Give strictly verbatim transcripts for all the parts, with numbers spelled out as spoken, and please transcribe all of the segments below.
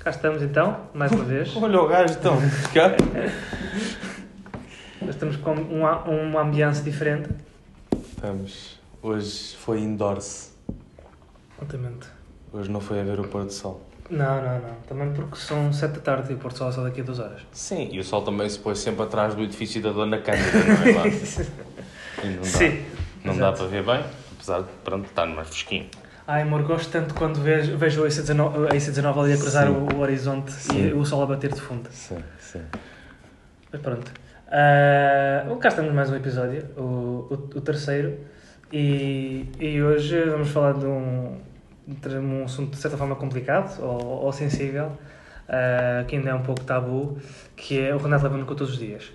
Cá estamos então, mais uma vez. Olha o gajo, então. Cá. Estamos com uma, uma ambiance diferente. Estamos. Hoje foi indoors. Exatamente. Hoje não foi a ver o pôr do sol. Não, não, não. Também porque são sete da tarde e o Porto Sol é só daqui a duas horas. Sim, e o sol também se pôs sempre atrás do edifício da Dona Cândida, não é lá? E não dá, Sim. Não dá para ver bem, apesar de, pronto, estar mais fresquinho. Ai, amor, gosto tanto quando vejo, vejo a I C dezanove, a I C dezanove ali a cruzar o, o horizonte. Sim. E o sol a bater de fundo. Sim, sim. Mas pronto. Uh, cá estamos mais um episódio, o, o, o terceiro. E, e hoje vamos falar de um, de um assunto de certa forma complicado ou, ou sensível, uh, que ainda é um pouco tabu, que é o Renato leva-no com todos os dias.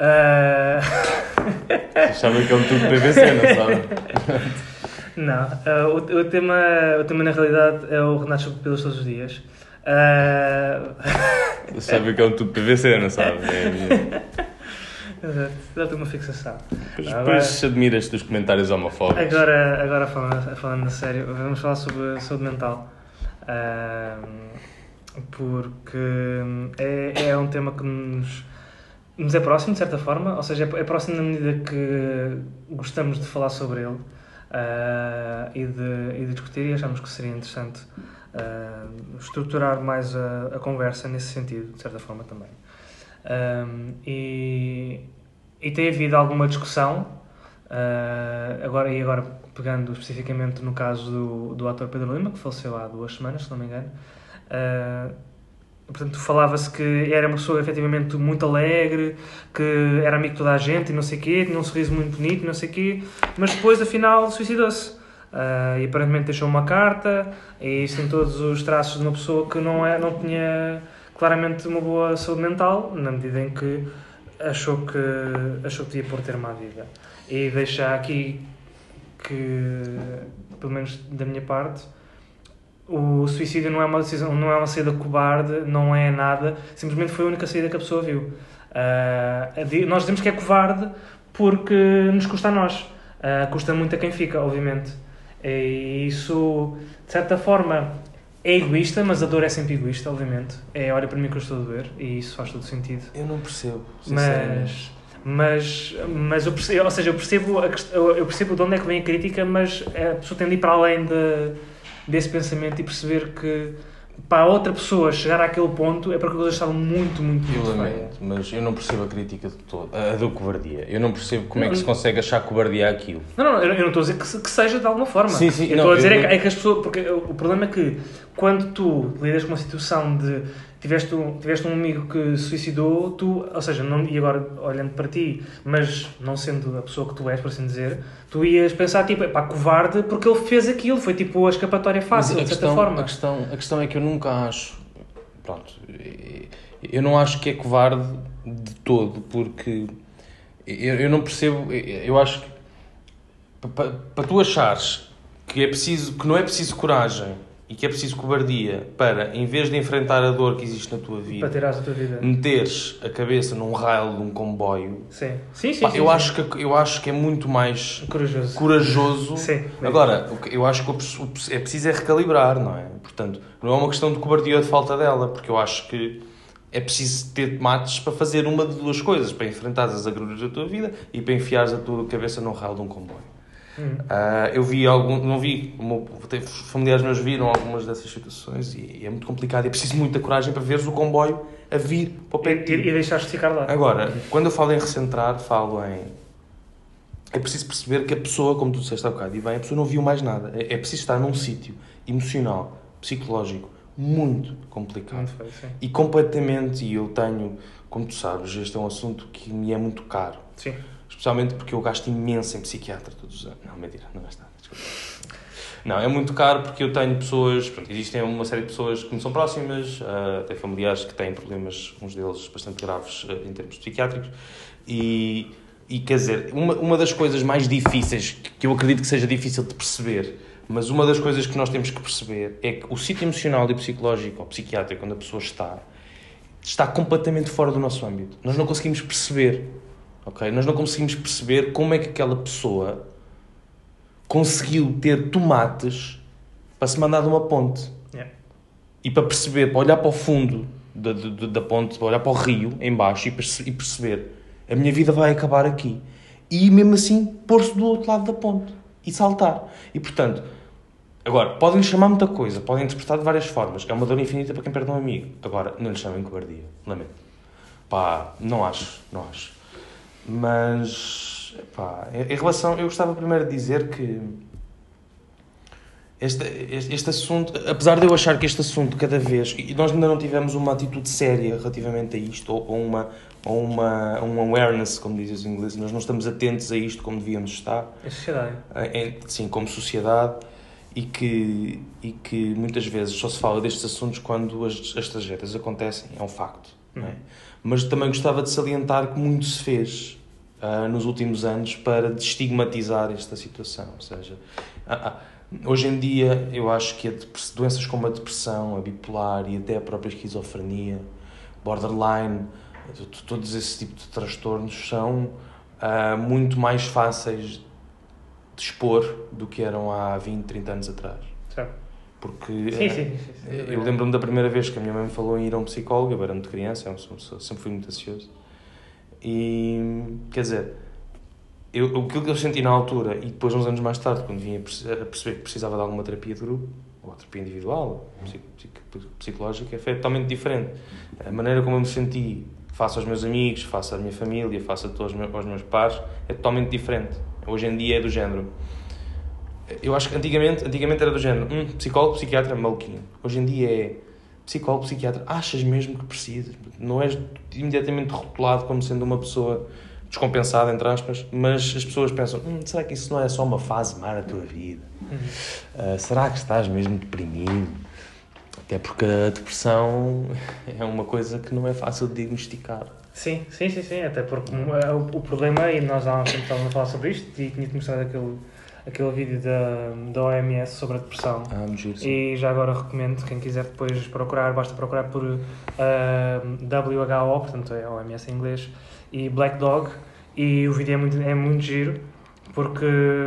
Uh... Vocês sabem que é um tudo P V C, não sabem? Não, uh, o, o, tema, o tema na realidade é o Renato chupa pelos todos os dias. Uh... Vocês sabem que é um tudo P V C, não sabem? É Exato, dá-te uma fixação. Depois, agora, depois admiras-te dos comentários homofóbicos. Agora, agora falando, falando a sério, vamos falar sobre saúde mental. Uh, porque é, é um tema que nos, nos é próximo, de certa forma, ou seja, é, é próximo na medida que gostamos de falar sobre ele uh, e, de, e de discutir, e achamos que seria interessante uh, estruturar mais a, a conversa nesse sentido, de certa forma também. Um, e, e tem havido alguma discussão uh, agora, e agora pegando especificamente no caso do, do ator Pedro Lima, que faleceu há duas semanas, se não me engano. Uh, portanto, falava-se que era uma pessoa efetivamente muito alegre, que era amigo de toda a gente e não sei o quê, tinha um sorriso muito bonito e não sei o quê, mas depois afinal suicidou-se. Uh, e aparentemente deixou uma carta, e isso tem todos os traços de uma pessoa que não, é, não tinha claramente uma boa saúde mental, na medida em que achou que, achou que devia pôr termo à vida. E deixa aqui que, pelo menos da minha parte, o suicídio não é uma decisão, não é uma saída cobarde, não é nada, simplesmente foi a única saída que a pessoa viu. Uh, nós dizemos que é covarde porque nos custa a nós, uh, custa muito a quem fica, obviamente. E isso, de certa forma, é egoísta, mas a dor é sempre egoísta, obviamente. É, olha para mim que eu estou a doer, e isso faz todo sentido. Eu não percebo, mas, mas, mas eu percebo, ou seja, eu percebo, a, eu percebo de onde é que vem a crítica, mas a pessoa tem de ir para além de, desse pensamento e perceber que para a outra pessoa chegar àquele ponto é porque a coisa estava muito, muito, muito eu lamento, mas eu não percebo a crítica de todo, a da covardia. Eu não percebo como não, é que se consegue achar covardia aquilo. Não, não, eu não estou a dizer que, se, que seja de alguma forma. Sim, sim, eu não, estou a dizer eu, é, que, é que as pessoas... Porque o problema é que quando tu lidas com uma situação de... Tiveste um, tiveste um amigo que se suicidou, tu, ou seja, não, e agora olhando para ti, mas não sendo a pessoa que tu és, por assim dizer, tu ias pensar, tipo, pá, covarde, porque ele fez aquilo, foi tipo a escapatória fácil, de certa questão, forma. A questão, a questão é que eu nunca acho, pronto, eu não acho que é covarde de todo, porque eu, eu não percebo, eu acho que para, para tu achares que, é preciso, que não é preciso coragem, e que é preciso cobardia para, em vez de enfrentar a dor que existe na tua vida, para tirares a tua vida, meteres a cabeça num raio de um comboio. Sim, sim, sim. Pá, sim, eu, sim. Acho que, eu acho que é muito mais corajoso. corajoso. Sim, agora, eu acho que é preciso é recalibrar, não é? Portanto, não é uma questão de cobardia ou de falta dela, porque eu acho que é preciso ter tomates para fazer uma de duas coisas, para enfrentares as agruras da tua vida e para enfiares a tua cabeça num raio de um comboio. Uh, eu vi algum, não vi, familiares meus viram algumas dessas situações e, e é muito complicado, é preciso muita coragem para veres o comboio a vir para o pé de ti. E, e deixaste de ficar lá. Agora, quando eu falo em recentrar, falo em... É preciso perceber que a pessoa, como tu disseste há bocado, e bem, a pessoa não viu mais nada. É, é preciso estar num sítio emocional, psicológico, muito complicado. Muito feio, sim. E completamente, e eu tenho, como tu sabes, este é um assunto que me é muito caro. Sim. Especialmente porque eu gasto imenso em psiquiatra todos os anos. Não, mentira, não gasto nada, desculpa. Não, é muito caro porque eu tenho pessoas... Pronto, existem uma série de pessoas que me são próximas, uh, até familiares que têm problemas, uns deles bastante graves uh, em termos psiquiátricos. E, e quer dizer, uma, uma das coisas mais difíceis, que eu acredito que seja difícil de perceber, mas uma das coisas que nós temos que perceber é que o sítio emocional e psicológico ou psiquiátrico onde a pessoa está, está completamente fora do nosso âmbito. Nós não conseguimos perceber... Okay? Nós não conseguimos perceber como é que aquela pessoa conseguiu ter tomates para se mandar de uma ponte. Yeah. e para perceber, para olhar para o fundo da, da, da ponte, para olhar para o rio em baixo e, perce- e perceber, a minha vida vai acabar aqui. E mesmo assim pôr-se do outro lado da ponte e saltar. E portanto, agora, podem-lhe chamar muita coisa, podem interpretar de várias formas. É uma dor infinita para quem perde um amigo. Agora, não lhe chamem cobardia. Lamento. Pá, não acho, não acho. Mas, pá, em relação... Eu gostava primeiro de dizer que este, este, este assunto, apesar de eu achar que este assunto cada vez... E nós ainda não tivemos uma atitude séria relativamente a isto, ou, ou, uma, ou uma, um awareness, como dizem os ingleses. Nós não estamos atentos a isto como devíamos estar. A sociedade. Em, sim, como sociedade. E que, e que muitas vezes só se fala destes assuntos quando as, as tragédias acontecem, é um facto. Não é? Mas também gostava de salientar que muito se fez uh, nos últimos anos para desestigmatizar esta situação. Ou seja, uh, uh, hoje em dia eu acho que a doenças como a depressão, a bipolar e até a própria esquizofrenia, borderline, todos esse tipo de transtornos são uh, muito mais fáceis de expor do que eram há vinte, trinta anos atrás. Certo. Porque sim, uh, sim, sim, sim, eu lembro-me da primeira vez que a minha mãe me falou em ir a um psicólogo, eu era muito criança, eu sempre fui muito ansioso. E, quer dizer, eu, aquilo que eu senti na altura, e depois uns anos mais tarde, quando vim a perceber que precisava de alguma terapia de grupo, ou terapia individual, ou psicológica, foi totalmente diferente. A maneira como eu me senti face aos meus amigos, face à minha família, face a todos os meus pares, é totalmente diferente. Hoje em dia é do género. Eu acho que antigamente, antigamente era do género, hum, psicólogo, psiquiatra, maluquinho. Hoje em dia é psicólogo, psiquiatra, achas mesmo que precisas? Não és imediatamente rotulado como sendo uma pessoa descompensada, entre aspas, mas as pessoas pensam, hum, será que isso não é só uma fase má na tua vida? Uhum. Uh, será que estás mesmo deprimido? Até porque a depressão é uma coisa que não é fácil de diagnosticar. Sim, sim, sim, sim, até porque o, o problema, e nós há uns tempos estávamos a falar sobre isto, e tinha-te mostrado aquele, aquele vídeo da, da O M S sobre a depressão. Ah, me giro, sim. E já agora recomendo, quem quiser depois procurar, basta procurar por uh, W H O, portanto é O M S em inglês, e Black Dog, e o vídeo é muito, é muito giro, porque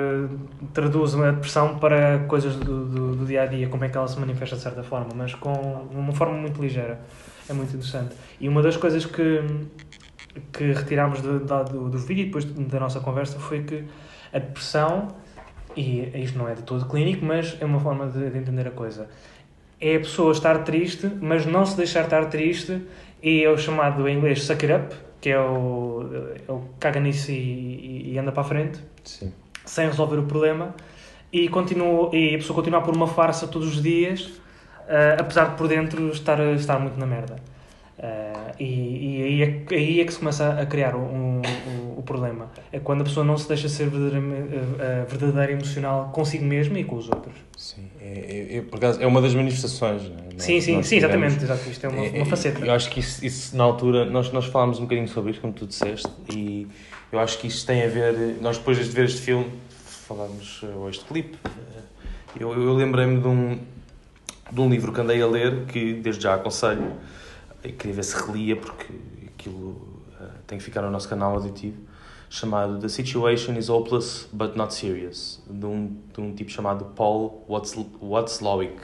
traduz a depressão para coisas do, do, do dia-a-dia, como é que ela se manifesta de certa forma, mas com uma forma muito ligeira. É muito interessante. E uma das coisas que, que retirámos do, do, do vídeo e depois da nossa conversa foi que a depressão, e isto não é de todo clínico, mas é uma forma de, de entender a coisa, é a pessoa estar triste, mas não se deixar estar triste, e é o chamado em inglês suck it up, que é o, é o caga nisso e, e anda para a frente. Sim. Sem resolver o problema, e, continua, e a pessoa continua por uma farsa todos os dias, uh, apesar de por dentro estar, estar muito na merda. Uh, e e aí, é, aí é que se começa a criar um, um, o problema. É quando a pessoa não se deixa ser verdadeira, uh, verdadeira emocional consigo mesma e com os outros. Sim, é, é, é, por acaso, é uma das manifestações. Não é? Sim, nós, sim, nós sim, tivemos, exatamente, exatamente. Isto é uma, é, uma faceta. Eu acho que isso, isso na altura, nós, nós falámos um bocadinho sobre isto, como tu disseste, e eu acho que isso tem a ver. Nós, depois de ver este filme, falámos, ou este clipe, eu, eu lembrei-me de um, de um livro que andei a ler, que desde já aconselho, e queria ver se relia, porque aquilo uh, tem que ficar no nosso canal auditivo, chamado The Situation is Hopeless But Not Serious, de um, de um tipo chamado Paul Watzlawick.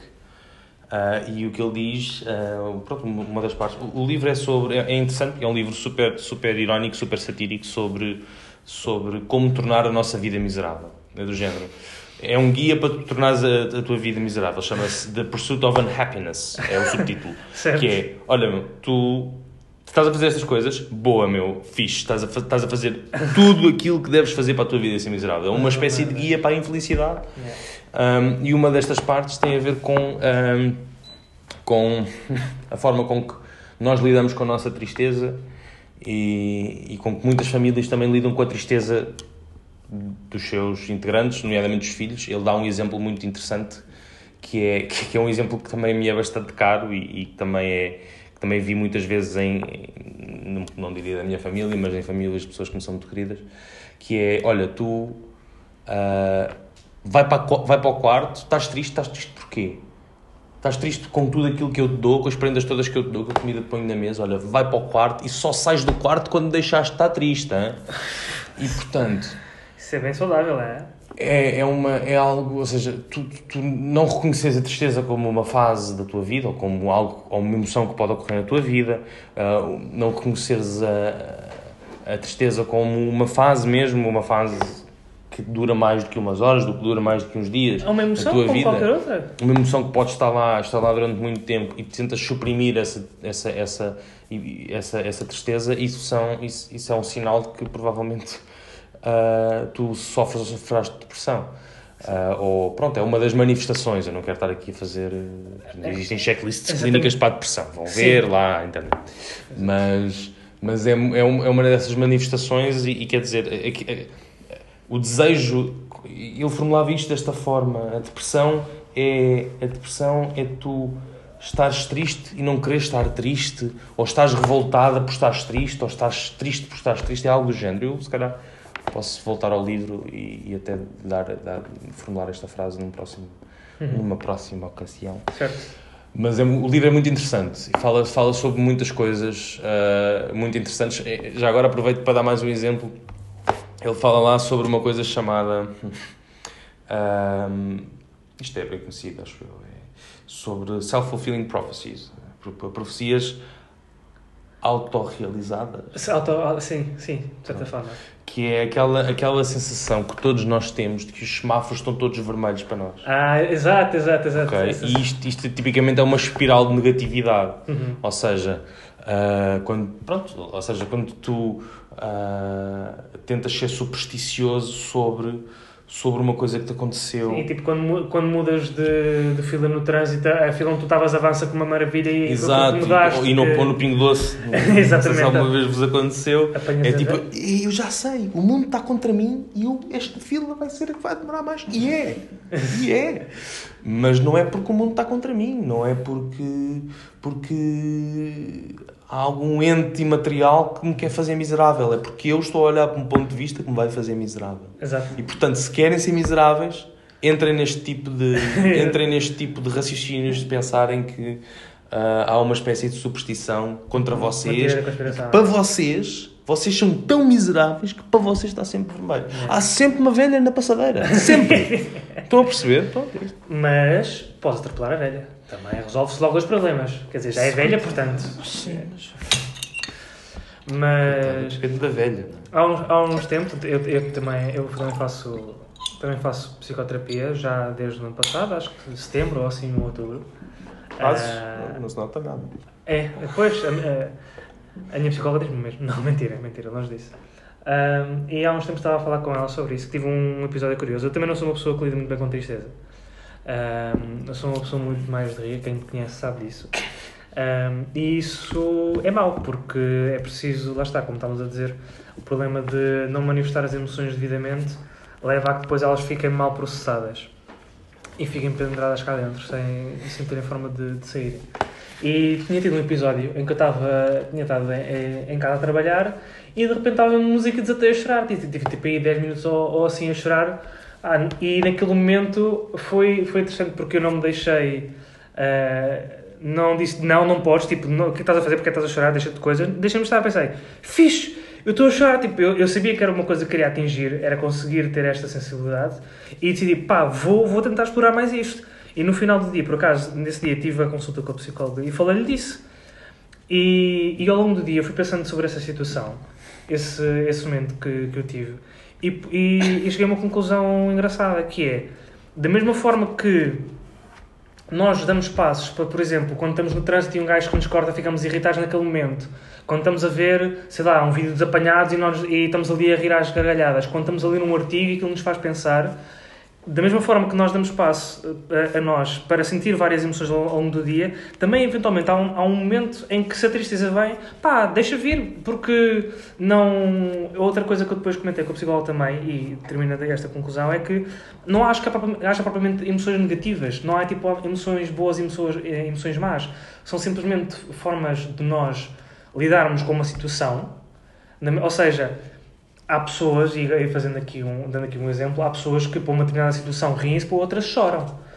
Uh, e o que ele diz, uh, pronto, uma das partes, o, o livro é sobre, é, é interessante, é um livro super, super irónico, super satírico sobre, sobre como tornar a nossa vida miserável, é do género. É um guia para tu tornares a, a tua vida miserável, chama-se The Pursuit of Unhappiness, é o subtítulo, que é, olha meu, tu estás a fazer estas coisas, boa meu, fixe, estás a, estás a fazer tudo aquilo que deves fazer para a tua vida ser miserável, é uma espécie de guia para a infelicidade. Um, e uma destas partes tem a ver com, um, com a forma com que nós lidamos com a nossa tristeza e, e com que muitas famílias também lidam com a tristeza dos seus integrantes, nomeadamente os filhos. Ele dá um exemplo muito interessante, que é, que é um exemplo que também me é bastante caro e, e que, também é, que também vi muitas vezes em, não, não diria da minha família, mas em famílias de pessoas que me são muito queridas, que é, olha, tu... Uh, Vai para, vai para o quarto, estás triste, estás triste porquê? Estás triste com tudo aquilo que eu te dou, com as prendas todas que eu te dou, com a comida que ponho na mesa, olha, vai para o quarto e só sais do quarto quando deixaste de estar triste, hein? E portanto... Isso é bem saudável, é? é, é, uma, é algo, ou seja, tu, tu não reconheces a tristeza como uma fase da tua vida, ou como algo, ou uma emoção que pode ocorrer na tua vida, uh, não reconheceres a, a tristeza como uma fase mesmo, uma fase que dura mais do que umas horas, do que dura mais do que uns dias. É uma emoção da tua como vida, qualquer outra. Uma emoção que pode estar lá, estar lá durante muito tempo e tentas suprimir essa, essa, essa, essa, essa tristeza, isso, são, isso, isso é um sinal de que provavelmente uh, tu sofres ou sofrás de depressão. Uh, ou, pronto, é uma das manifestações. Eu não quero estar aqui a fazer... Uh, existem checklists Exatamente. clínicas para a depressão. Vão ver Sim. lá na internet. Mas, mas é, é, um, é uma dessas manifestações e, e quer dizer... É, é, é, o desejo... Ele formulava isto desta forma. A depressão é... A depressão é tu estares triste e não queres estar triste, ou estás revoltada por estares triste, ou estás triste por estares triste. É algo do género. Eu, se calhar... Posso voltar ao livro e, e até dar, dar, formular esta frase num próximo, uhum. numa próxima ocasião. Certo. Mas é, o livro é muito interessante e fala, fala sobre muitas coisas uh, muito interessantes. Já agora aproveito para dar mais um exemplo. Ele fala lá sobre uma coisa chamada... Um, isto é bem conhecido, acho eu. É sobre self-fulfilling prophecies. Profecias autorrealizadas. Auto, sim, sim, de certa forma. Que é aquela, aquela sensação que todos nós temos de que os semáforos estão todos vermelhos para nós. Ah, exato, exato, exato. Okay? E isto, isto tipicamente é uma espiral de negatividade. Uhum. Ou seja, uh, quando, pronto, ou seja, quando tu uh, tentas ser supersticioso sobre... sobre uma coisa que te aconteceu. Sim, tipo quando, quando mudas de, de fila no trânsito, a fila onde tu estavas avança com uma maravilha e Exato, mudaste. E, e não que... pôr no Pingo Doce. Exatamente. Não sei se alguma vez vos aconteceu. Apanhas é tipo, eu já sei, o mundo está contra mim e eu, esta fila vai ser a que vai demorar mais. E é, e é. Mas não é porque o mundo está contra mim, não é porque, porque há algum ente imaterial que me quer fazer miserável. É porque eu estou a olhar para um ponto de vista que me vai fazer miserável. Exato. E, portanto, se querem ser miseráveis, entrem neste tipo de, entrem neste tipo de raciocínios de pensarem que uh, há uma espécie de superstição contra vocês. Para vocês, vocês são tão miseráveis que para vocês está sempre vermelho. É. Há sempre uma velha na passadeira. Sempre. Estão a perceber? Pronto. Mas podes atropelar a velha. Também resolve-se logo os problemas. Quer dizer, já é velha, portanto... Sim, mas... Mas... Depende da velha. Há uns, há uns tempos, eu, eu, também, eu também, faço, também faço psicoterapia, já desde o ano passado, acho que de setembro ou assim, em outubro. Fazes? Uh, não se nota nada. É, depois a, a, a minha psicóloga diz-me mesmo. Não, mentira, mentira, longe disso. Um, e há uns tempos estava a falar com ela sobre isso, que tive um episódio curioso. Eu também não sou uma pessoa que lida muito bem com tristeza. Um, eu sou uma pessoa muito mais de rir, quem me conhece sabe disso. Um, e isso é mau, porque é preciso, lá está, como estávamos a dizer, o problema de não manifestar as emoções devidamente leva a que depois elas fiquem mal processadas e fiquem pendradas cá dentro, sem, sem terem forma de, de sair. E tinha tido um episódio em que eu estava, tinha estado em, em casa a trabalhar e de repente estava uma música e desatei a chorar, tive, tive tipo aí dez minutos ou, ou assim a chorar. Ah, e naquele momento foi, foi interessante porque eu não me deixei... Uh, não disse, não, não podes, tipo, não, o que estás a fazer, porque estás a chorar, deixa-te de coisas, deixa-me estar a pensar, fixe, eu estou a chorar, tipo, eu, eu sabia que era uma coisa que queria atingir, era conseguir ter esta sensibilidade, e decidi, pá, vou, vou tentar explorar mais isto. E no final do dia, por acaso, nesse dia tive a consulta com a psicóloga e falei-lhe disso. E, e ao longo do dia eu fui pensando sobre essa situação, esse, esse momento que, que eu tive, e, e, e cheguei a uma conclusão engraçada, que é, da mesma forma que nós damos passos para, por exemplo, quando estamos no trânsito e um gajo que nos corta, ficamos irritados naquele momento. Quando estamos a ver, sei lá, um vídeo dos apanhados e, nós, e estamos ali a rir às gargalhadas. Quando estamos ali num artigo e aquilo nos faz pensar. Da mesma forma que nós damos passo a, a nós para sentir várias emoções ao, ao longo do dia, também, eventualmente, há um, há um momento em que se a tristeza vem, pá, deixa vir, porque não... Outra coisa que eu depois comentei com o psicólogo também, e termina esta conclusão, é que não acho que há, haja propriamente emoções negativas, não há tipo emoções boas e emoções, emoções más, são simplesmente formas de nós lidarmos com uma situação, ou seja... Há pessoas, e fazendo aqui um, dando aqui um exemplo, há pessoas que para uma determinada situação riem-se, para outras choram.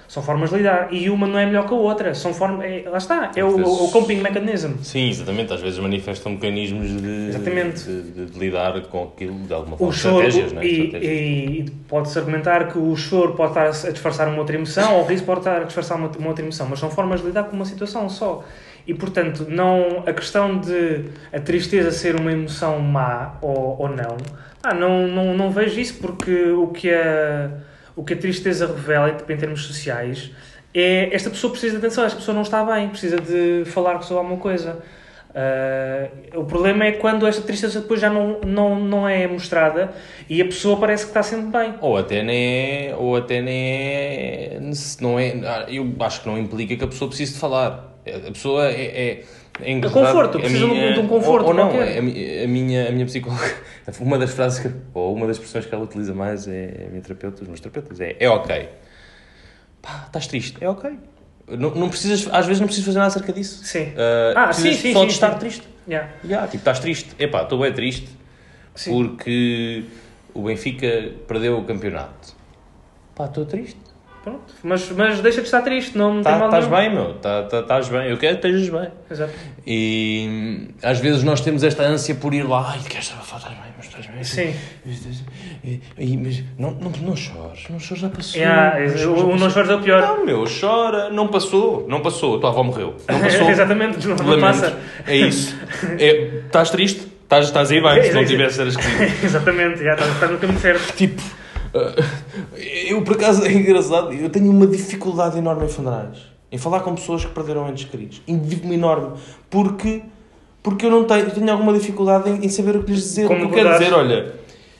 São formas de lidar. E uma não é melhor que a outra. São formas... É, lá está. É o, vezes, o coping mechanism. Sim, exatamente. Às vezes manifestam mecanismos de, de, de, de lidar com aquilo de alguma forma. O choro, estratégias, não é? E, estratégias. E, e pode-se argumentar que o choro pode estar a disfarçar uma outra emoção, ou o riso pode estar a disfarçar uma, uma outra emoção. Mas são formas de lidar com uma situação só. E, portanto, não, a questão de a tristeza ser uma emoção má ou, ou não, ah, não, não, não vejo isso, porque o que a, o que a tristeza revela, tipo, em termos sociais, é esta pessoa precisa de atenção, esta pessoa não está bem, precisa de falar sobre alguma coisa. Uh, o problema é quando esta tristeza depois já não, não, não é mostrada e a pessoa parece que está sempre bem. Ou até nem é, ou até nem é, não é, eu acho que não implica que a pessoa precise de falar. A pessoa é... é É o conforto, precisa minha, de um conforto. Ou, ou não, é, a, minha, a minha psicóloga, uma das frases, que, ou uma das expressões que ela utiliza mais é a minha terapeuta, os meus terapeutas, é, é ok. Pá, estás triste, é ok. Não, não precisas, às vezes não precisas fazer nada acerca disso. Sim. Uh, ah, sim, sim, só sim, de estar sim. triste. Yeah. Yeah, tipo, estás triste. Epá, estou bem triste sim. porque o Benfica perdeu o campeonato. Pá, estou triste. Pronto, mas, mas deixa de estar triste, não, não tá, tem mal Estás nenhum. bem, meu, estás tá, tá, bem, eu quero que estejas bem. Exato. E às vezes nós temos esta ânsia por ir lá, ai, queres falar, estás bem, mas estás bem. Sim. E, e, mas não, não, não chores, não chores, já passou. Yeah, não o não chores é o pior. Não, meu, chora, não passou, não passou, a tua avó morreu. Não passou. Exatamente, não, não passa. É isso. É, estás triste? Estás, estás aí bem, se não tivesse era esquisito. Exatamente, já, estás, estás no caminho certo. Tipo... Eu, por acaso, é engraçado, eu tenho uma dificuldade enorme em funerais. Em falar com pessoas que perderam entes queridos. Uma enorme. Porque, porque eu não tenho, eu tenho alguma dificuldade em, em saber o que lhes dizer. Como o que eu quero dizer, olha...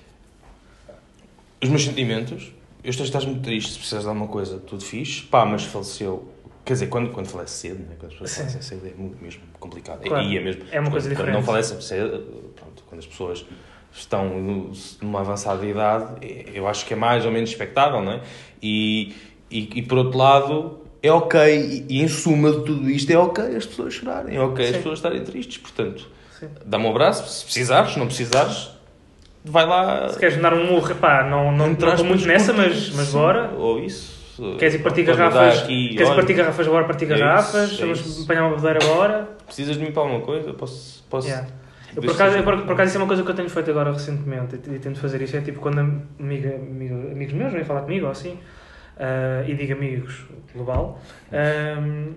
Os meus sentimentos... Eu estou, estás muito triste, se precisas de alguma coisa, tudo fixe. Pá, mas faleceu... Quer dizer, quando, quando falece cedo, né? Quando as pessoas falecem cedo é muito mesmo complicado. Claro, e é mesmo... É uma coisa quando, diferente. Quando não falecem cedo... Pronto, quando as pessoas... estão numa avançada idade, eu acho que é mais ou menos expectável, não é? E, e, e por outro lado, é ok, e, e em suma de tudo isto, é ok as pessoas chorarem, é ok Sim. as pessoas estarem tristes, portanto, Sim. dá-me um abraço, se precisares, se não precisares, vai lá... Se queres dar um murro, pá, não, não, não estou muito nessa, mas, mas bora. Ou isso. Queres ir partir garrafas, aqui, queres ir partir garrafas, bora partir garrafas, é vamos é apanhar uma bebedeira agora. Precisas de mim para alguma coisa? Posso... posso... Yeah. Eu, por, acaso, eu, por, por acaso, isso é uma coisa que eu tenho feito agora recentemente e, e tento fazer isso. É tipo quando amiga, amiga, amigos meus vêm falar comigo ou assim, uh, e digo amigos global, um,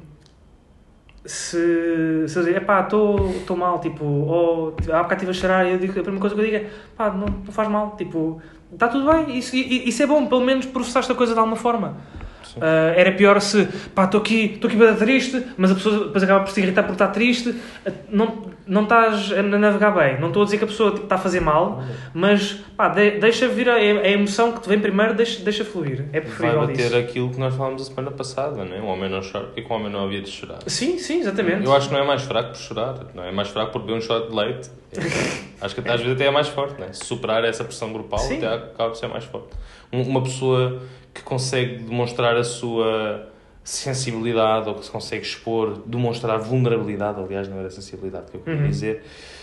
se, se eu dizer, pá, estou mal, tipo, ou há bocado estive a chorar, e eu digo, a primeira coisa que eu digo é, pá, não, não faz mal, tipo, está tudo bem, isso, isso é bom, pelo menos processaste a coisa de alguma forma. Uh, era pior se, pá, estou aqui, estou aqui bem triste, mas a pessoa depois acaba por se irritar por estar triste. Uh, não, não estás a navegar bem. Não estou a dizer que a pessoa tipo, está a fazer mal, mas pá, de, deixa vir a, a emoção que te vem primeiro, deixa, deixa fluir. É preferível. Vai bater isso. Aquilo que nós falámos a semana passada, não é? Um homem não chora, porque que um homem não havia de chorar? Sim, sim, exatamente. Eu acho que não é mais fraco por chorar, não é mais fraco por beber um shot de leite. Acho que às vezes até é mais forte, não é? Se superar essa pressão grupal, sim. até acaba de ser mais forte. Uma pessoa que consegue demonstrar a sua sensibilidade ou que se consegue expor, demonstrar vulnerabilidade, aliás, não era sensibilidade que eu queria uhum. dizer,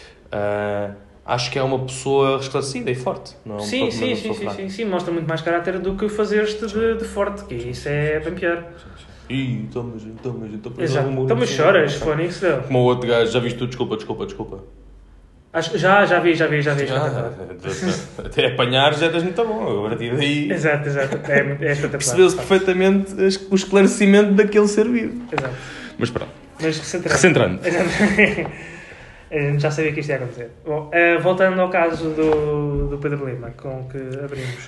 uh, acho que é uma pessoa esclarecida e forte. Não é uma sim, sim, sim, sim, sim, sim, mostra muito mais caráter do que fazer-te de, de forte, que isso é bem pior. Ih, toma, gente, toma, gente, toma, Exato, então mas choras, foi isso deu. Como o outro gajo, já viste tu, desculpa, desculpa, desculpa. Acho, já, já vi, já vi, já vi. Já, já. Até apanhar já estás muito bom. A partir daí... Exato, exato. É, é espetacular. Percebeu-se perfeitamente o esclarecimento daquele ser vivo. Exato. Mas pronto. Mas recentrando. Recentrando. A gente já sabia que isto ia acontecer. Bom, uh, voltando ao caso do, do Pedro Lima, com que abrimos.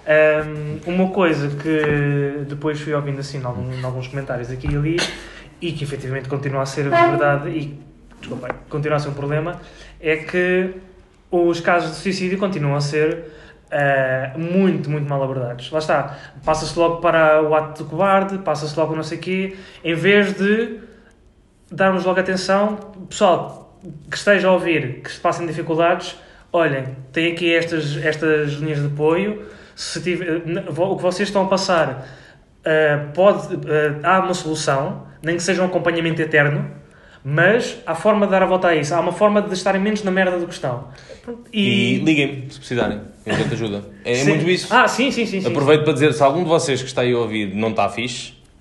Um, uma coisa que depois fui ouvindo assim em, algum, em alguns comentários aqui e ali, e que efetivamente continua a ser verdade e desculpa, continua a ser um problema, é que os casos de suicídio continuam a ser uh, muito, muito mal abordados. Lá está, passa-se logo para o ato de cobarde, passa-se logo não sei o quê, em vez de darmos logo atenção, pessoal que esteja a ouvir, que se passem dificuldades, olhem, tem aqui estas, estas linhas de apoio, se tiver, o que vocês estão a passar, uh, pode, uh, há uma solução, nem que seja um acompanhamento eterno, mas há forma de dar a volta a isso. Há uma forma de estarem menos na merda do que estão. E, e liguem-me, se precisarem. Eu te ajuda. É sim. muito isso. Ah, sim, sim, sim. Aproveito sim, para dizer, se algum de vocês que está aí a ouvir não está fixe,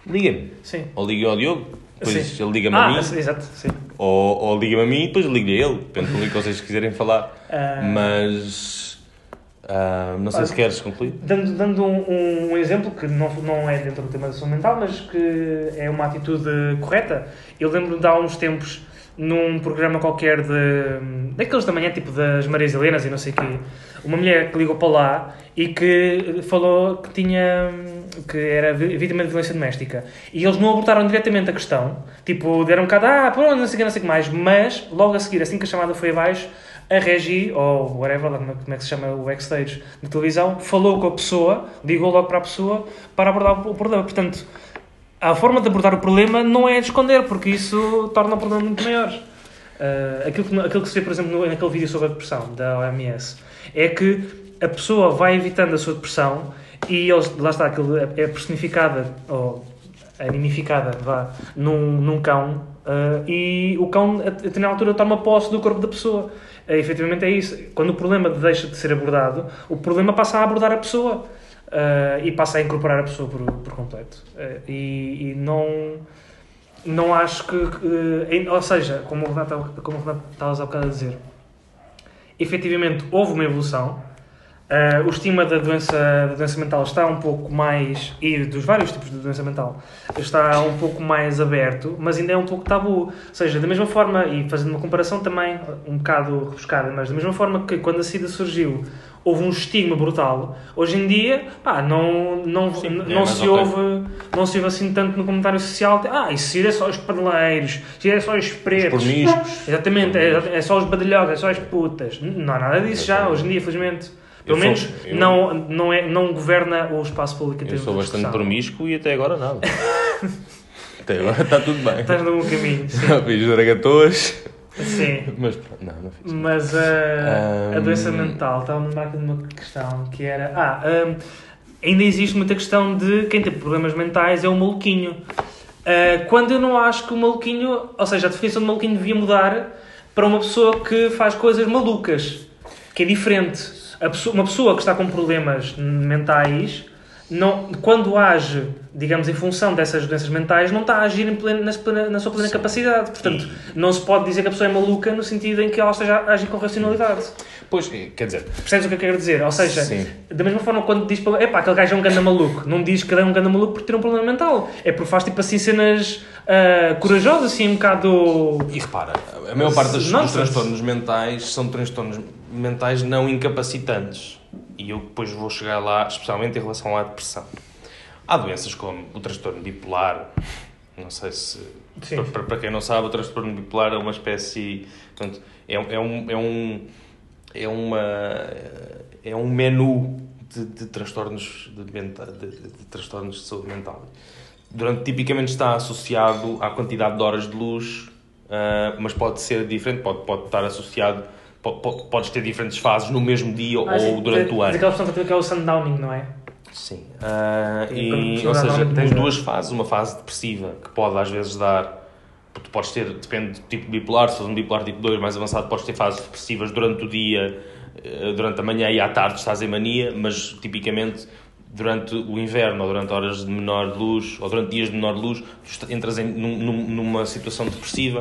liga-me. Sim. Ou liga ao Diogo, depois Sim. ele liga-me ah, a mim. Exato, sim. Ou, ou liga-me a mim e depois liga-lhe a ele. Depende do que vocês quiserem falar. Uh... Mas... Uh, não sei ah, se queres concluir. Dando, dando um, um exemplo que não, não é dentro do tema da saúde mental, mas que é uma atitude correta. Eu lembro de há uns tempos, num programa qualquer de, daqueles da manhã, tipo das Marias Helenas e não sei o quê, uma mulher que ligou para lá e que falou que tinha que era vítima de violência doméstica. E eles não abordaram diretamente a questão, tipo, deram um bocado, ah, pronto, não sei o que, não sei o que mais, mas logo a seguir, assim que a chamada foi abaixo, a Regi, ou whatever, como é que se chama o backstage de televisão, falou com a pessoa, ligou logo para a pessoa para abordar o problema. Portanto, a forma de abordar o problema não é de esconder, porque isso torna o problema muito maior. Uh, aquilo, que, aquilo que se vê, por exemplo, no, naquele vídeo sobre a depressão, da O M S, é que a pessoa vai evitando a sua depressão e eles, lá está, aquilo é personificada, ou animificada, vá, num, num cão, uh, e o cão, a determinada altura, toma posse do corpo da pessoa. É, efetivamente é isso. Quando o problema deixa de ser abordado, o problema passa a abordar a pessoa uh, e passa a incorporar a pessoa por, por completo. Uh, e, e não, não acho que... Uh, ou seja, como o Renato, como o Renato estavas há bocado a dizer, efetivamente houve uma evolução. Uh, o estigma da doença, da doença mental está um pouco mais, e dos vários tipos de doença mental, está um pouco mais aberto, mas ainda é um pouco tabu. Ou seja, da mesma forma, e fazendo uma comparação também um bocado rebuscada, mas da mesma forma que quando a SIDA surgiu houve um estigma brutal, hoje em dia, pá, não, não, Sim, não, é, não, se okay. ouve, não se ouve assim tanto no comentário social, ah, isso SIDA é só os padeleiros, SIDA é só os pretos. Os promíscuos. Exatamente, é, é só os badalhocas, é só as putas. Não há nada disso já, hoje em dia, felizmente. Pelo eu menos sou, eu... não, não, é, não governa o espaço público em termos de Eu sou bastante promíscuo e até agora nada. Até agora está tudo bem. Estás no bom caminho. Fiz dragatoas. Sim. Mas não, não fiz. Mas uh, um... a doença mental, estava a lembrar aqui de uma questão que era... Ah, um, ainda existe muita questão de quem tem problemas mentais é o maluquinho. Uh, quando eu não acho que o maluquinho... Ou seja, a definição de maluquinho devia mudar para uma pessoa que faz coisas malucas. Que é diferente. A pessoa, uma pessoa que está com problemas mentais, não, quando age, digamos, em função dessas doenças mentais, não está a agir em pleno, na, na sua plena Sim. capacidade. Portanto, e... não se pode dizer que a pessoa é maluca no sentido em que ela esteja a agir com racionalidade. Pois, quer dizer... Percebes o que eu quero dizer? Ou seja, Sim. da mesma forma quando diz para... Epá, aquele gajo é um ganda maluco. Não diz que ele é um ganda maluco porque tem um problema mental. É porque faz, tipo assim, cenas uh, corajosas, assim, um bocado... E repara, a maior parte dos, dos transtornos mentais são transtornos mentais não incapacitantes. E eu depois vou chegar lá, especialmente em relação à depressão. Há doenças como o transtorno bipolar. Não sei se... Sim. Para, para quem não sabe, o transtorno bipolar é uma espécie... Portanto, é, é um... É um É, uma, é um menu de, de, transtornos de, menta, de, de, de transtornos de saúde mental. Durante, tipicamente está associado à quantidade de horas de luz, uh, mas pode ser diferente, pode, pode estar associado, pode, pode, podes ter diferentes fases no mesmo dia ah, ou sim, durante o ano. Mas aquela questão que é o sundowning, não é? Sim. Uh, e, ou seja, tens duas fases. Uma fase depressiva, que pode às vezes dar... Tu podes ter, depende do tipo bipolar, se fores um bipolar tipo dois mais avançado, podes ter fases depressivas durante o dia, durante a manhã e à tarde estás em mania, mas tipicamente durante o inverno ou durante horas de menor luz ou durante dias de menor luz, tu entras em, num, numa situação depressiva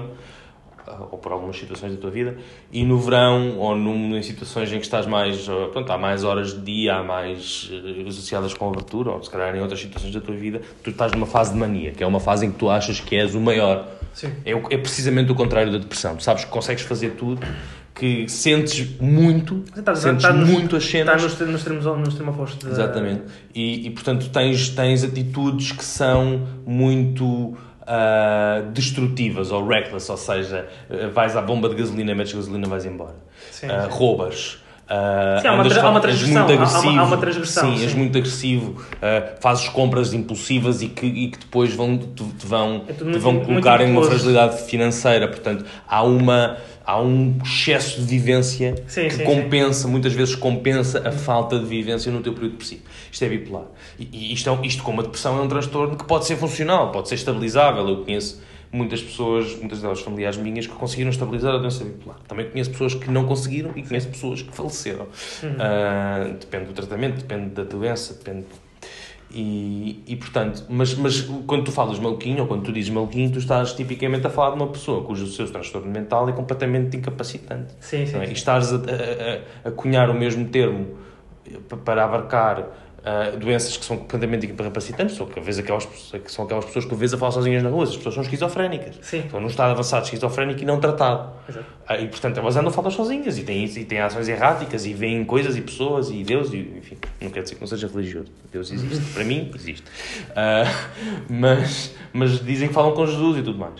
ou por algumas situações da tua vida, e no verão ou num, em situações em que estás mais, pronto, há mais horas de dia, há mais uh, associadas com a abertura, ou se calhar em outras situações da tua vida, tu estás numa fase de mania, que é uma fase em que tu achas que és o maior. Sim. É, é precisamente o contrário da depressão. Tu sabes que consegues fazer tudo, que sentes muito, está, sentes está muito nos, as cenas. Está no extremo, no extremo oposto. De... Exatamente. E, e, portanto, tens, tens atitudes que são muito... Uh, destrutivas ou reckless, ou seja, uh, vais à bomba de gasolina, metes gasolina e vais embora. Sim, uh, sim. Roubas. Uh, sim, há, uma tra- há uma transgressão. Muito agressivo, há, uma, há uma transgressão. Sim, sim, és muito agressivo, uh, fazes compras impulsivas e que, e que depois vão, te, te vão, é te muito, vão colocar em uma fragilidade financeira. Portanto, há uma... Há um excesso de vivência sim, que sim, compensa, sim. muitas vezes compensa a falta de vivência no teu período depressivo. Isto é bipolar. E, e isto, é, isto, como a depressão, é um transtorno que pode ser funcional, pode ser estabilizável. Eu conheço muitas pessoas, muitas delas familiares minhas, que conseguiram estabilizar a doença bipolar. Também conheço pessoas que não conseguiram e conheço pessoas que faleceram. Uhum. Uh, depende do tratamento, depende da doença, depende... E, e portanto, mas, mas quando tu falas maluquinho, ou quando tu dizes maluquinho, tu estás tipicamente a falar de uma pessoa cujo seu transtorno mental é completamente incapacitante. Sim, sim. Não é? sim. E estás a, a, a cunhar o mesmo termo para abarcar uh, doenças que são completamente incapacitantes, ou que, às vezes, aquelas, que são aquelas pessoas que tu vês a falar sozinhas na rua, as pessoas são esquizofrénicas. Sim. Estão num estado avançado de esquizofrénico e não tratado. Exato. Uh, e, portanto, elas andam falas sozinhas e têm, e têm ações erráticas e veem coisas e pessoas e Deus, e, enfim, não quer dizer que não seja religioso. Deus existe. Para mim, existe. Uh, mas, mas dizem que falam com Jesus e tudo mais.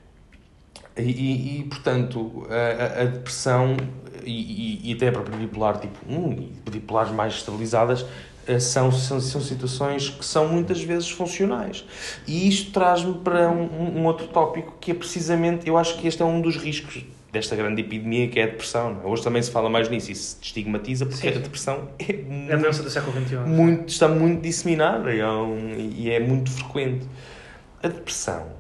E, e, e portanto, a, a depressão e, e, e até a própria bipolar tipo um, e bipolares mais estabilizadas são, são, são situações que são muitas vezes funcionais. E isto traz-me para um, um outro tópico que é precisamente, eu acho que este é um dos riscos desta grande epidemia, que é a depressão. Não é? Hoje também se fala mais nisso e se estigmatiza porque sim, a depressão é, muito, é a doença do século vinte e um. Muito, está muito disseminada e é, um, e é muito frequente. A depressão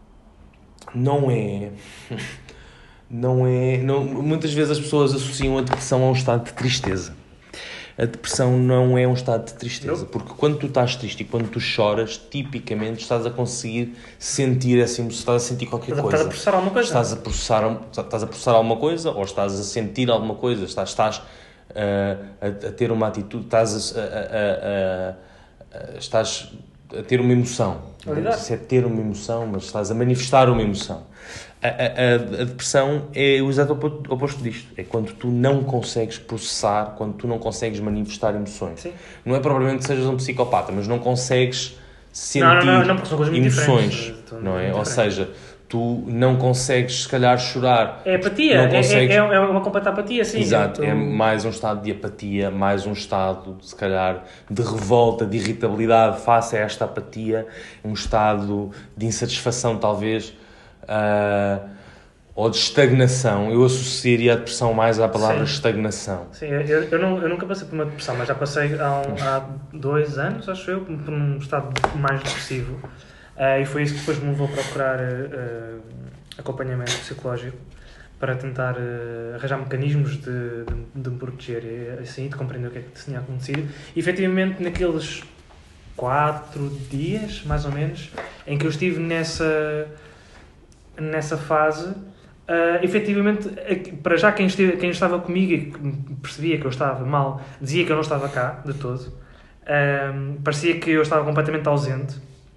não é... Não é... Não, muitas vezes as pessoas associam a depressão a um estado de tristeza. A depressão não é um estado de tristeza, não. Porque quando tu estás triste e quando tu choras, tipicamente estás a conseguir sentir essa emoção, estás a sentir qualquer estás coisa. Estás a processar alguma coisa. Estás a processar, estás a processar alguma coisa ou estás a sentir alguma coisa, estás, estás uh, a, a ter uma atitude, estás a, a, a, a, a, estás a ter uma emoção. Não sei se é ter uma emoção, mas estás a manifestar uma emoção. A, a, a depressão é o exato oposto disto. É quando tu não consegues processar, quando tu não consegues manifestar emoções. Sim. Não é provavelmente que sejas um psicopata, mas não consegues sentir não, não, não, não, são coisas muito emoções. Não é? Ou seja, tu não consegues, se calhar, chorar. É apatia. Não consegues... é, é, é uma completa apatia, sim. Exato. É, é mais um estado de apatia, mais um estado, se calhar, de revolta, de irritabilidade face a esta apatia. Um estado de insatisfação, talvez... Uh, ou de estagnação. Eu associaria a depressão mais à palavra Sim. estagnação. Sim, eu, eu, não, eu nunca passei por uma depressão, mas já passei há, um, há dois anos, acho eu, por um estado mais depressivo. Uh, e foi isso que depois me levou a procurar uh, acompanhamento psicológico para tentar uh, arranjar mecanismos de, de, de me proteger e assim, de compreender o que é que tinha acontecido. E efetivamente, naqueles quatro dias, mais ou menos, em que eu estive nessa... nessa fase, uh, efetivamente, para já quem, esteve, quem estava comigo e que percebia que eu estava mal, dizia que eu não estava cá, de todo. Uh, parecia que eu estava completamente ausente.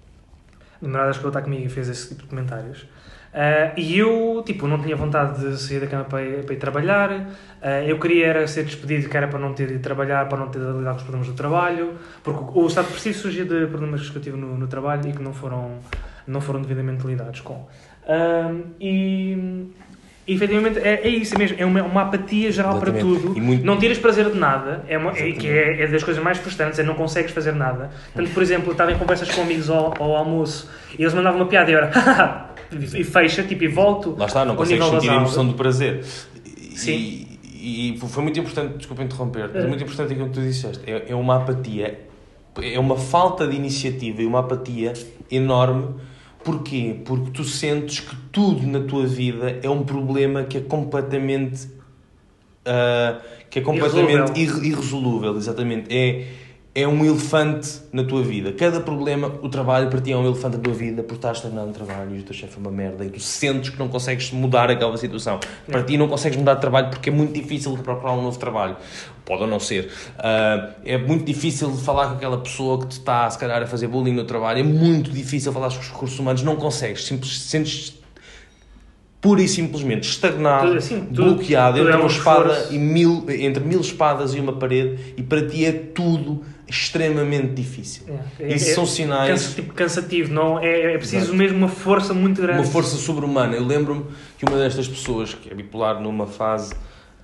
A namorada que está comigo e fez esse tipo de comentários. Uh, e eu, tipo, não tinha vontade de sair da cama para ir, para ir trabalhar. Uh, eu queria era ser despedido, que era para não ter de trabalhar, para não ter de lidar com os problemas do trabalho. Porque o estado depressivo surgiu de problemas que eu tive no, no trabalho e que não foram, não foram devidamente lidados com. Um, e, e efetivamente é, é isso mesmo, é uma, uma apatia geral Exatamente. Para tudo, muito... não tiras prazer de nada, é, uma, é, que é, é das coisas mais frustrantes, é não consegues fazer nada. Tanto, por exemplo, eu estava em conversas com amigos ao, ao almoço e eles mandavam uma piada e eu era e fecha, tipo, e volto. Lá está, não consegues sentir a emoção do prazer. Sim. E, e foi muito importante, desculpa interromper, mas é muito importante aquilo que tu disseste, é, é uma apatia, é uma falta de iniciativa e uma apatia enorme. Porquê? Porque tu sentes que tudo na tua vida é um problema que é completamente uh, que é completamente irresolúvel. irresolúvel, exatamente. É, é um elefante na tua vida. Cada problema, o trabalho para ti é um elefante na tua vida porque estás estagnado no trabalho e o teu chefe é uma merda e tu sentes que não consegues mudar aquela situação. Não. Para ti não consegues mudar de trabalho porque é muito difícil de procurar um novo trabalho. Pode ou não ser. Uh, é muito difícil de falar com aquela pessoa que te está, se calhar, a fazer bullying no trabalho. É muito difícil falar com os recursos humanos. Não consegues. Simples, sentes pura e simplesmente estagnado, tudo, assim, tudo, bloqueado tudo entre, é uma espada e mil, entre mil espadas e uma parede, e para ti é tudo extremamente difícil. É, é, Isso é, são sinais... Cansa, tipo, cansativo, não? É, é preciso Exato. Mesmo uma força muito grande. Uma força sobre-humana. Eu lembro-me que uma destas pessoas, que é bipolar numa fase,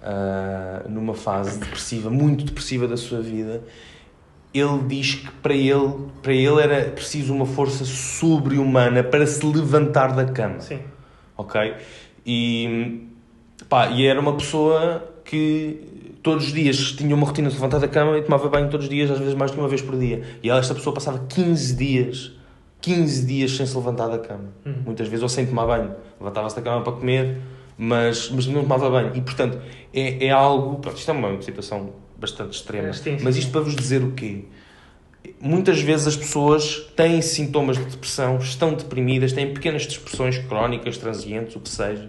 uh, numa fase depressiva, muito depressiva da sua vida, ele diz que para ele, para ele era preciso uma força sobre-humana para se levantar da cama. Sim. Ok? E, pá, e era uma pessoa que todos os dias tinha uma rotina de levantar da cama e tomava banho todos os dias, às vezes mais de uma vez por dia. E esta pessoa passava quinze dias, quinze dias sem se levantar da cama. Uhum. Muitas vezes, ou sem tomar banho. Levantava-se da cama para comer, mas, mas não tomava banho. E, portanto, é, é algo... Pronto, isto é uma situação bastante extrema. É, sim, sim, mas isto sim. para vos dizer o quê? muitas vezes as pessoas têm sintomas de depressão, estão deprimidas, têm pequenas depressões crónicas, transientes, o que seja,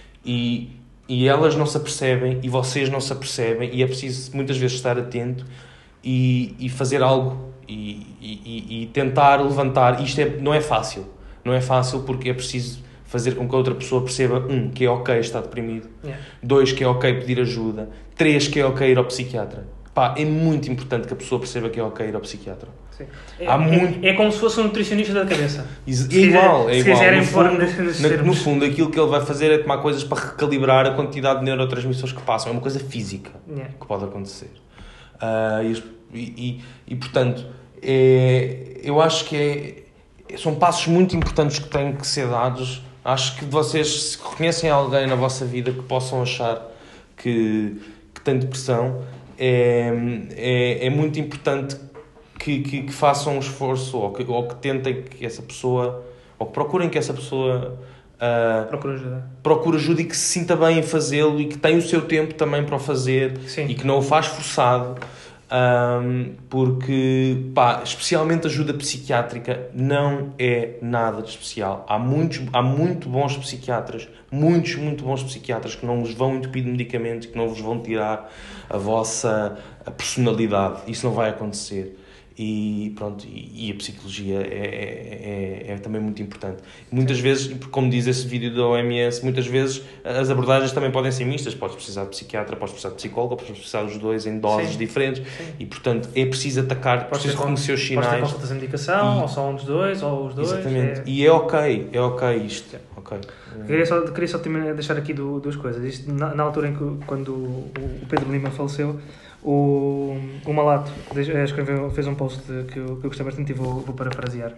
e, e elas não se apercebem, e vocês não se apercebem, e é preciso muitas vezes estar atento e, e fazer algo, e, e, e tentar levantar. Isto é, não é fácil, não é fácil porque é preciso fazer com que a outra pessoa perceba, um, que é ok estar deprimido, Yeah. dois, que é ok pedir ajuda, três, que é ok ir ao psiquiatra. Pá, é muito importante que a pessoa perceba que é ok ir ao psiquiatra. Sim. É, Há é, muito... é como se fosse um nutricionista da cabeça. É Se igual, quiser, é se igual. quiserem No pôr fundo, nesses na- no termos. fundo, aquilo que ele vai fazer é tomar coisas para recalibrar a quantidade de neurotransmissores que passam. É uma coisa física Yeah. que pode acontecer. Ah, e, e, e, portanto, é, eu acho que é, são passos muito importantes que têm que ser dados. Acho que vocês, se conhecem alguém na vossa vida que possam achar que, que tem depressão, é, é, é muito importante que, que, que façam um esforço ou que, ou que tentem que essa pessoa, ou que procurem que essa pessoa uh, Procura ajuda. procure ajuda e que se sinta bem em fazê-lo e que tenha o seu tempo também para o fazer. Sim. E que não o faz forçado. Um, porque, pá, especialmente ajuda psiquiátrica não é nada de especial. Há muitos, há muito bons psiquiatras, muitos, muito bons psiquiatras que não vos vão entupir de medicamentos, que não vos vão tirar a vossa a personalidade. Isso não vai acontecer. E pronto, e, e a psicologia é, é, é também muito importante. Muitas vezes, como diz esse vídeo da O M S, muitas vezes as abordagens também podem ser mistas. Podes precisar de psiquiatra, podes precisar de psicólogo, podes precisar dos dois em doses Sim. diferentes. Sim. E portanto é preciso atacar, Podes preciso ter, reconhecer os podes ter sinais. consultas de medicação, E- ou só um dos dois, ou os dois. Exatamente. É... E é ok, é ok isto. Sim. Ok. Queria só, queria só também deixar aqui du- duas coisas. Isto, na, na altura em que, quando o o Pedro Lima faleceu, o, o Malato de- eh, escreveu, fez um post que eu, que eu gostei bastante e vou, vou parafrasear.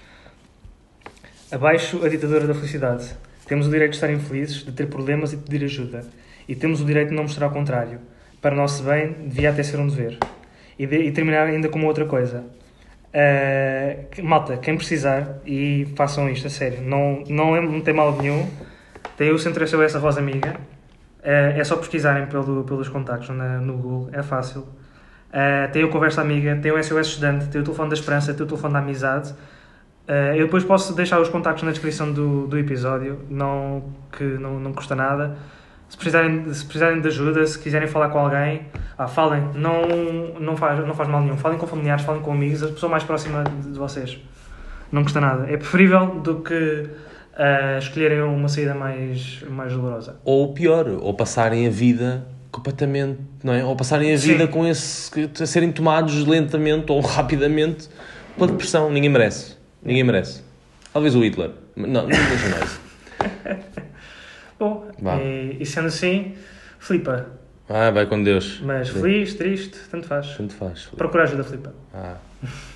Abaixo a ditadura da felicidade. Temos o direito de estar infelizes, de ter problemas e de pedir ajuda. E temos o direito de não mostrar o contrário. Para o nosso bem, devia até ser um dever. E, de, e terminar ainda com uma outra coisa. Uh, que- malta, quem precisar, e façam isto, a sério, não, não, é, não tem mal nenhum. Tem o Centro S O S A Voz Amiga. Uh, é só pesquisarem pelo, pelos contactos na, no Google, é fácil. Uh, tem o Conversa Amiga, tem o S O S Estudante, tem o Telefone da Esperança, tem o Telefone da Amizade. Uh, eu depois posso deixar os contactos na descrição do, do episódio, não, que não, não custa nada. Se precisarem, se precisarem de ajuda, se quiserem falar com alguém, ah, falem, não, não, faz, não faz mal nenhum. Falem com familiares, falem com amigos, a pessoa mais próxima de, de vocês. Não custa nada. É preferível do que uh, escolherem uma saída mais, mais dolorosa. Ou pior, ou passarem a vida completamente, não é? Ou passarem a vida Sim. com esse, a serem tomados lentamente ou rapidamente pela depressão. Ninguém merece. Ninguém merece. Talvez o Hitler. Não, não deixa mais. Bom, Vá. e, e sendo assim, flipa. Ah, vai com Deus. Mas Sim. feliz, triste, tanto faz. Tanto faz. Procura ajuda, flipa. Ah.